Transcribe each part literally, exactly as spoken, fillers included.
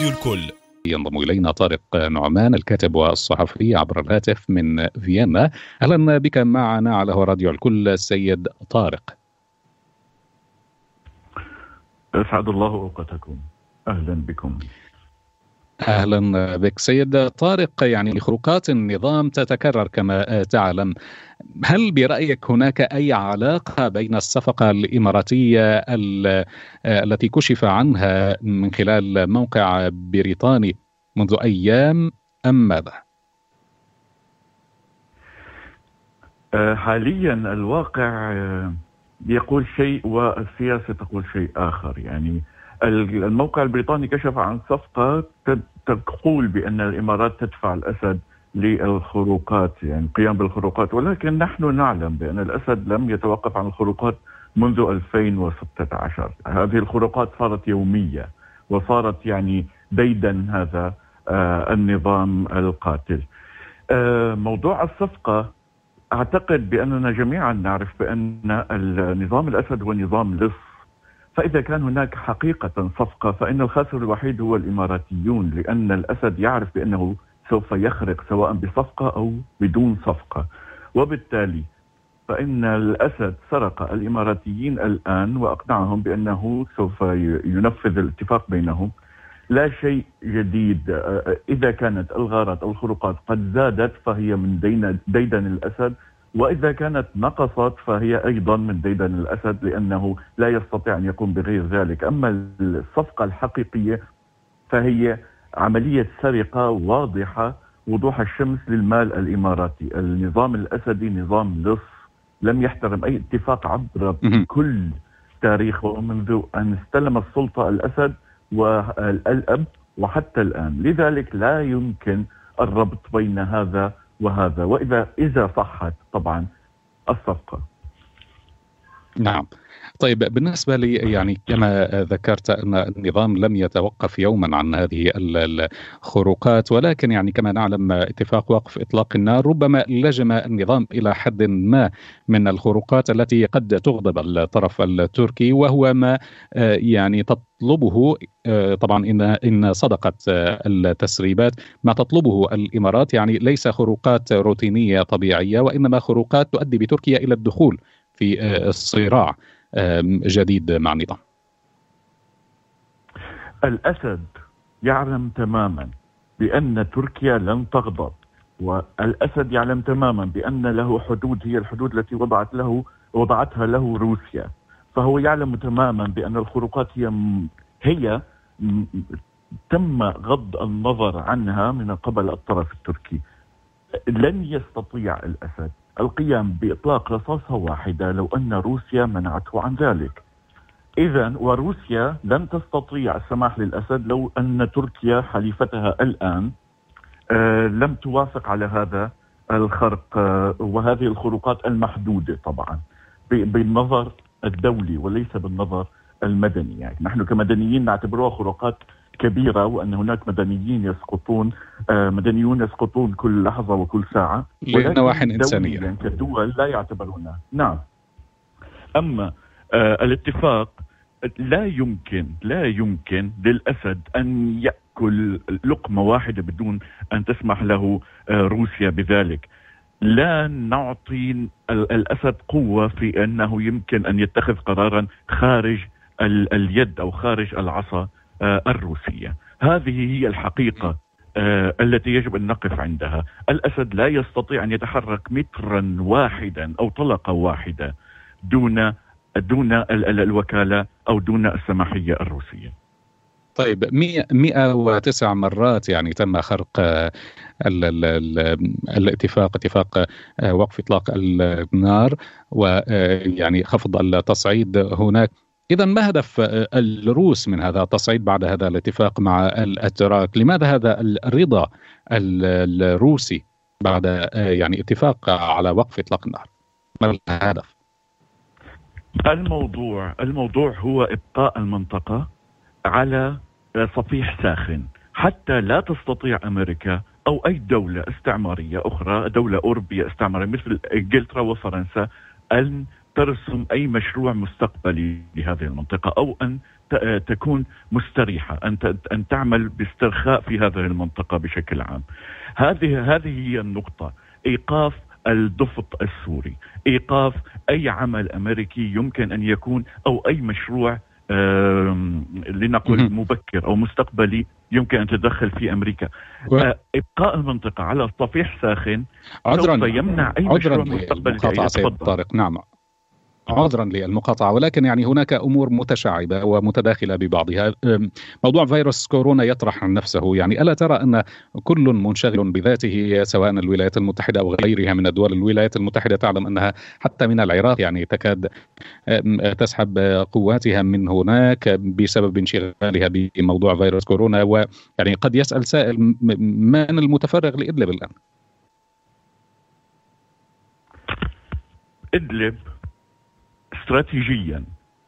راديو الكل. ينضم إلينا طارق نعمان الكاتب والصحفي عبر الهاتف من فيينا. أهلا بك معنا على راديو الكل السيد طارق. أسعد الله أوقاتكم، أهلا بكم. أهلا بك سيد طارق. يعني خروقات النظام تتكرر كما تعلم، هل برأيك هناك أي علاقة بين الصفقة الإماراتية التي كشف عنها من خلال موقع بريطاني منذ أيام أم ماذا؟ حاليا الواقع يقول شيء والسياسة تقول شيء آخر. يعني الموقع البريطاني كشف عن صفقة تقول بأن الإمارات تدفع الأسد للخروقات، يعني القيام بالخروقات، ولكن نحن نعلم بأن الأسد لم يتوقف عن الخروقات منذ ألفين وستة عشر. هذه الخروقات صارت يومية وصارت يعني ديدا هذا آه النظام القاتل. آه موضوع الصفقة، أعتقد بأننا جميعا نعرف بأن النظام الأسد هو نظام لص، فإذا كان هناك حقيقة صفقة فإن الخاسر الوحيد هو الإماراتيون، لأن الأسد يعرف بأنه سوف يخرق سواء بصفقة أو بدون صفقة، وبالتالي فإن الأسد سرق الإماراتيين الآن وأقنعهم بأنه سوف ينفذ الاتفاق بينهم. لا شيء جديد. إذا كانت الغارات أو الخروقات قد زادت فهي من ديدن الأسد، وإذا كانت نقصت فهي أيضا من ديدن الأسد، لأنه لا يستطيع أن يقوم بغير ذلك. أما الصفقة الحقيقية فهي عملية سرقة واضحة وضوح الشمس للمال الإماراتي. النظام الأسدي نظام لص، لم يحترم أي اتفاق عبر كل تاريخه منذ أن استلم السلطة الأسد والأب وحتى الآن. لذلك لا يمكن الربط بين هذا وهذا، وإذا إذا صحت طبعا الصفقة. نعم. طيب بالنسبة لي، يعني كما ذكرت أن النظام لم يتوقف يوما عن هذه الخروقات، ولكن يعني كما نعلم اتفاق وقف إطلاق النار ربما لجم النظام إلى حد ما من الخروقات التي قد تغضب الطرف التركي، وهو ما يعني تطلبه طبعا إن إن صدقت التسريبات ما تطلبه الإمارات، يعني ليس خروقات روتينية طبيعية، وإنما خروقات تؤدي بتركيا إلى الدخول في الصراع جديد مع النظام. الأسد يعلم تماما بأن تركيا لن تغضب، والأسد يعلم تماما بأن له حدود هي الحدود التي وضعت له وضعتها له روسيا، فهو يعلم تماما بأن الخروقات هي هي تم غض النظر عنها من قبل الطرف التركي. لن يستطيع الأسد القيام بإطلاق رصاصة واحدة لو أن روسيا منعته عن ذلك. إذن وروسيا لن تستطيع السماح للأسد لو أن تركيا حليفتها الآن آه لم توافق على هذا الخرق آه وهذه الخروقات المحدودة طبعا بالنظر الدولي وليس بالنظر المدني. يعني نحن كمدنيين نعتبرها خروقات كبيرة، وأن هناك مدنيين يسقطون آه مدنيون يسقطون كل لحظة وكل ساعة لنواحي إنسانية، يعني كدول لا يعتبرونها. نعم. أما آه الاتفاق لا يمكن لا يمكن للأسد أن يأكل لقمة واحدة بدون أن تسمح له آه روسيا بذلك. لا نعطي الأسد قوة في أنه يمكن أن يتخذ قرارا خارج اليد أو خارج العصا آه الروسية. هذه هي الحقيقة آه التي يجب أن نقف عندها. الأسد لا يستطيع أن يتحرك مترا واحدا أو طلقة واحدة دون دون الوكالة أو دون السماحية الروسية. طيب مئة وتسع مرات يعني تم خرق ال ال ال الاتفاق اتفاق وقف إطلاق النار ويعني خفض التصعيد هناك. إذا ما هدف الروس من هذا التصعيد بعد هذا الاتفاق مع الأتراك؟ لماذا هذا الرضا الروسي بعد يعني اتفاق على وقف إطلاق النار؟ ما الهدف؟ الموضوع الموضوع هو إبقاء المنطقة على صفيح ساخن حتى لا تستطيع أمريكا أو أي دولة استعمارية أخرى، دولة أوروبية استعمارية مثل إنجلترا وفرنسا، أن ترسم أي مشروع مستقبلي لهذه المنطقة، أو أن تكون مستريحة، أن أن تعمل باسترخاء في هذه المنطقة بشكل عام. هذه هذه هي النقطة. إيقاف الضفط السوري، إيقاف أي عمل أمريكي يمكن أن يكون، أو أي مشروع لنقل مبكر أو مستقبلي يمكن أن تدخل في أمريكا. و... إبقاء المنطقة على صفيح ساخن سوف يمنع أي مشروع مستقبلي. طارق، نعم، عذرا للمقاطعة، ولكن يعني هناك أمور متشعبة ومتداخلة ببعضها. موضوع فيروس كورونا يطرح نفسه، يعني ألا ترى أن كل منشغل بذاته، سواء الولايات المتحدة أو غيرها من الدول؟ الولايات المتحدة تعلم أنها حتى من العراق يعني تكاد تسحب قواتها من هناك بسبب انشغالها بموضوع فيروس كورونا. ويعني قد يسأل سائل، من المتفرغ لإدلب الآن؟ إدلب استراتيجيا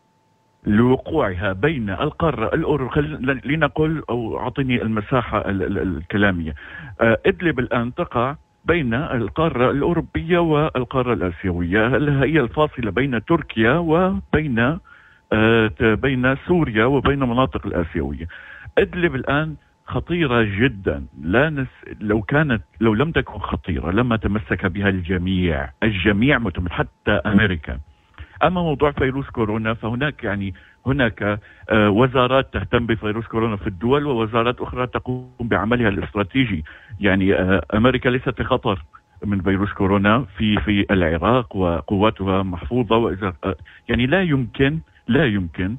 لوقوعها بين القارة الأوروبية، لنقل أو أعطيني المساحة الكلامية، إدلب الآن تقع بين القارة الأوروبية والقارة الآسيوية، هي الفاصلة بين تركيا وبين بين سوريا وبين مناطق الآسيوية. إدلب الآن خطيرة جدا، لا نس... لو كانت لو لم تكن خطيرة لما تمسك بها الجميع الجميع متم... حتى أمريكا. أما موضوع فيروس كورونا فهناك يعني هناك وزارات تهتم بفيروس كورونا في الدول، ووزارات أخرى تقوم بعملها الاستراتيجي. يعني أمريكا ليست في خطر من فيروس كورونا في في العراق وقواتها محفوظة، وإذا يعني لا يمكن لا يمكن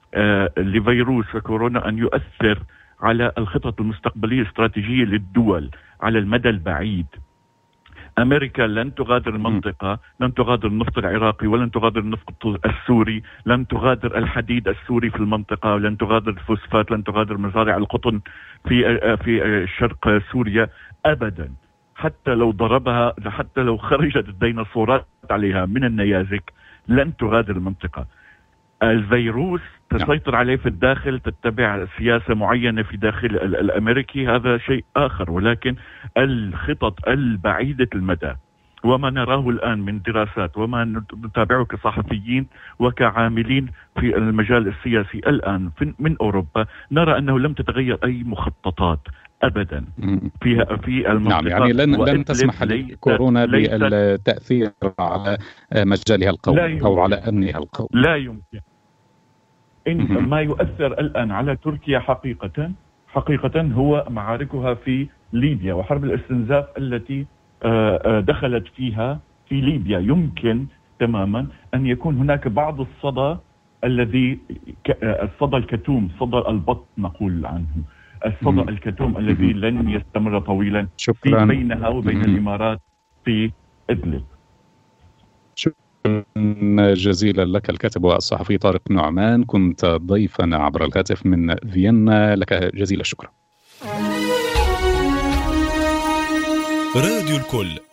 لفيروس كورونا أن يؤثر على الخطط المستقبلية الاستراتيجية للدول على المدى البعيد. أمريكا لن تغادر المنطقة، لن تغادر النفط العراقي، ولن تغادر النفط السوري، لن تغادر الحديد السوري في المنطقة، ولن تغادر الفوسفات، لن تغادر مزارع القطن في في شرق سوريا أبدا. حتى لو ضربها، حتى لو خرجت الديناصورات عليها من النيازك لن تغادر المنطقة. الفيروس تسيطر عليه في الداخل، تتبع سياسة معينة في داخل الأمريكي، هذا شيء آخر. ولكن الخطط البعيدة المدى وما نراه الآن من دراسات وما نتابعه كصحفيين وكعاملين في المجال السياسي الآن من أوروبا، نرى أنه لم تتغير أي مخططات أبدا فيها في المنطقة. نعم، يعني لن, لن تسمح لكورونا بالتأثير على مجالها القومي أو على أمنها القومي. لا يمكن. إن ما يؤثر الآن على تركيا حقيقة حقيقة هو معاركها في ليبيا وحرب الاستنزاف التي دخلت فيها في ليبيا. يمكن تماما أن يكون هناك بعض الصدى الذي الصدى الكتوم، صدى البط نقول عنه، الصدى الكتوم الذي لن يستمر طويلا في بينها وبين الإمارات في إدلب. شكرا جزيلا لك الكاتب والصحفي طارق نعمان، كنت ضيفا عبر الهاتف من فيينا، لك جزيل الشكر. راديو الكل.